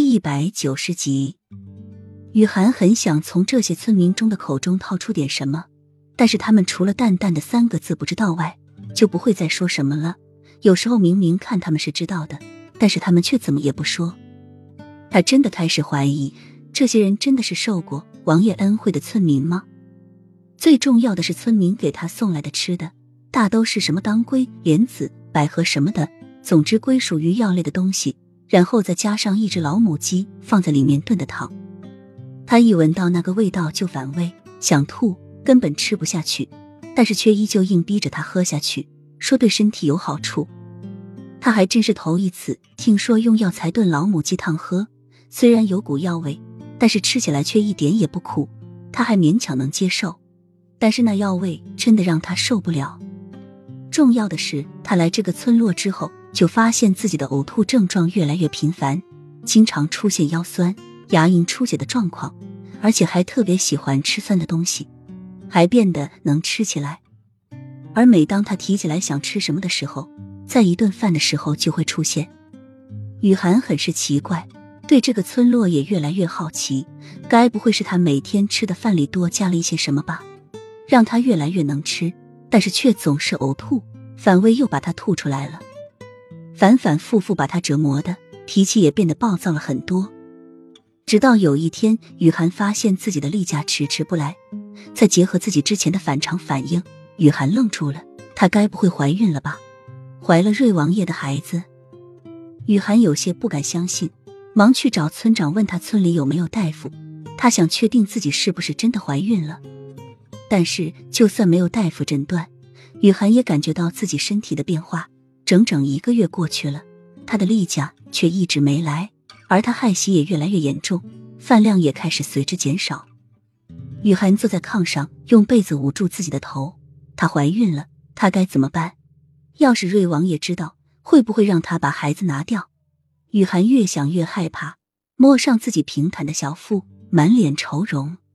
第190集。雨涵很想从这些村民中的口中套出点什么，但是他们除了淡淡的3个字不知道外，就不会再说什么了。有时候明明看他们是知道的，但是他们却怎么也不说。他真的开始怀疑，这些人真的是受过王爷恩惠的村民吗？最重要的是，村民给他送来的吃的大都是什么当归、莲子、百合什么的，总之归属于药类的东西，然后再加上一只老母鸡放在里面炖的汤。他一闻到那个味道就反胃，想吐，根本吃不下去，但是却依旧硬逼着他喝下去，说对身体有好处。他还真是头一次听说用药材炖老母鸡汤喝，虽然有股药味，但是吃起来却一点也不苦，他还勉强能接受。但是那药味真的让他受不了。重要的是，他来这个村落之后，就发现自己的呕吐症状越来越频繁，经常出现腰酸、牙龈出血的状况，而且还特别喜欢吃酸的东西，还变得能吃起来。而每当他提起来想吃什么的时候，在一顿饭的时候就会出现。雨涵很是奇怪，对这个村落也越来越好奇，该不会是他每天吃的饭里多加了一些什么吧，让他越来越能吃，但是却总是呕吐，反胃又把他吐出来了。反反复复把他折磨的脾气也变得暴躁了很多。直到有一天，雨涵发现自己的例假迟迟不来，再结合自己之前的反常反应，雨涵愣住了，她该不会怀孕了吧？怀了瑞王爷的孩子？雨涵有些不敢相信，忙去找村长问他村里有没有大夫，她想确定自己是不是真的怀孕了。但是就算没有大夫诊断，雨涵也感觉到自己身体的变化。整整1个月过去了，她的例假却一直没来，而她害喜也越来越严重，饭量也开始随之减少。雨涵坐在炕上，用被子捂住自己的头。她怀孕了，她该怎么办？要是瑞王爷知道，会不会让她把孩子拿掉？雨涵越想越害怕，摸上自己平坦的小腹，满脸愁容。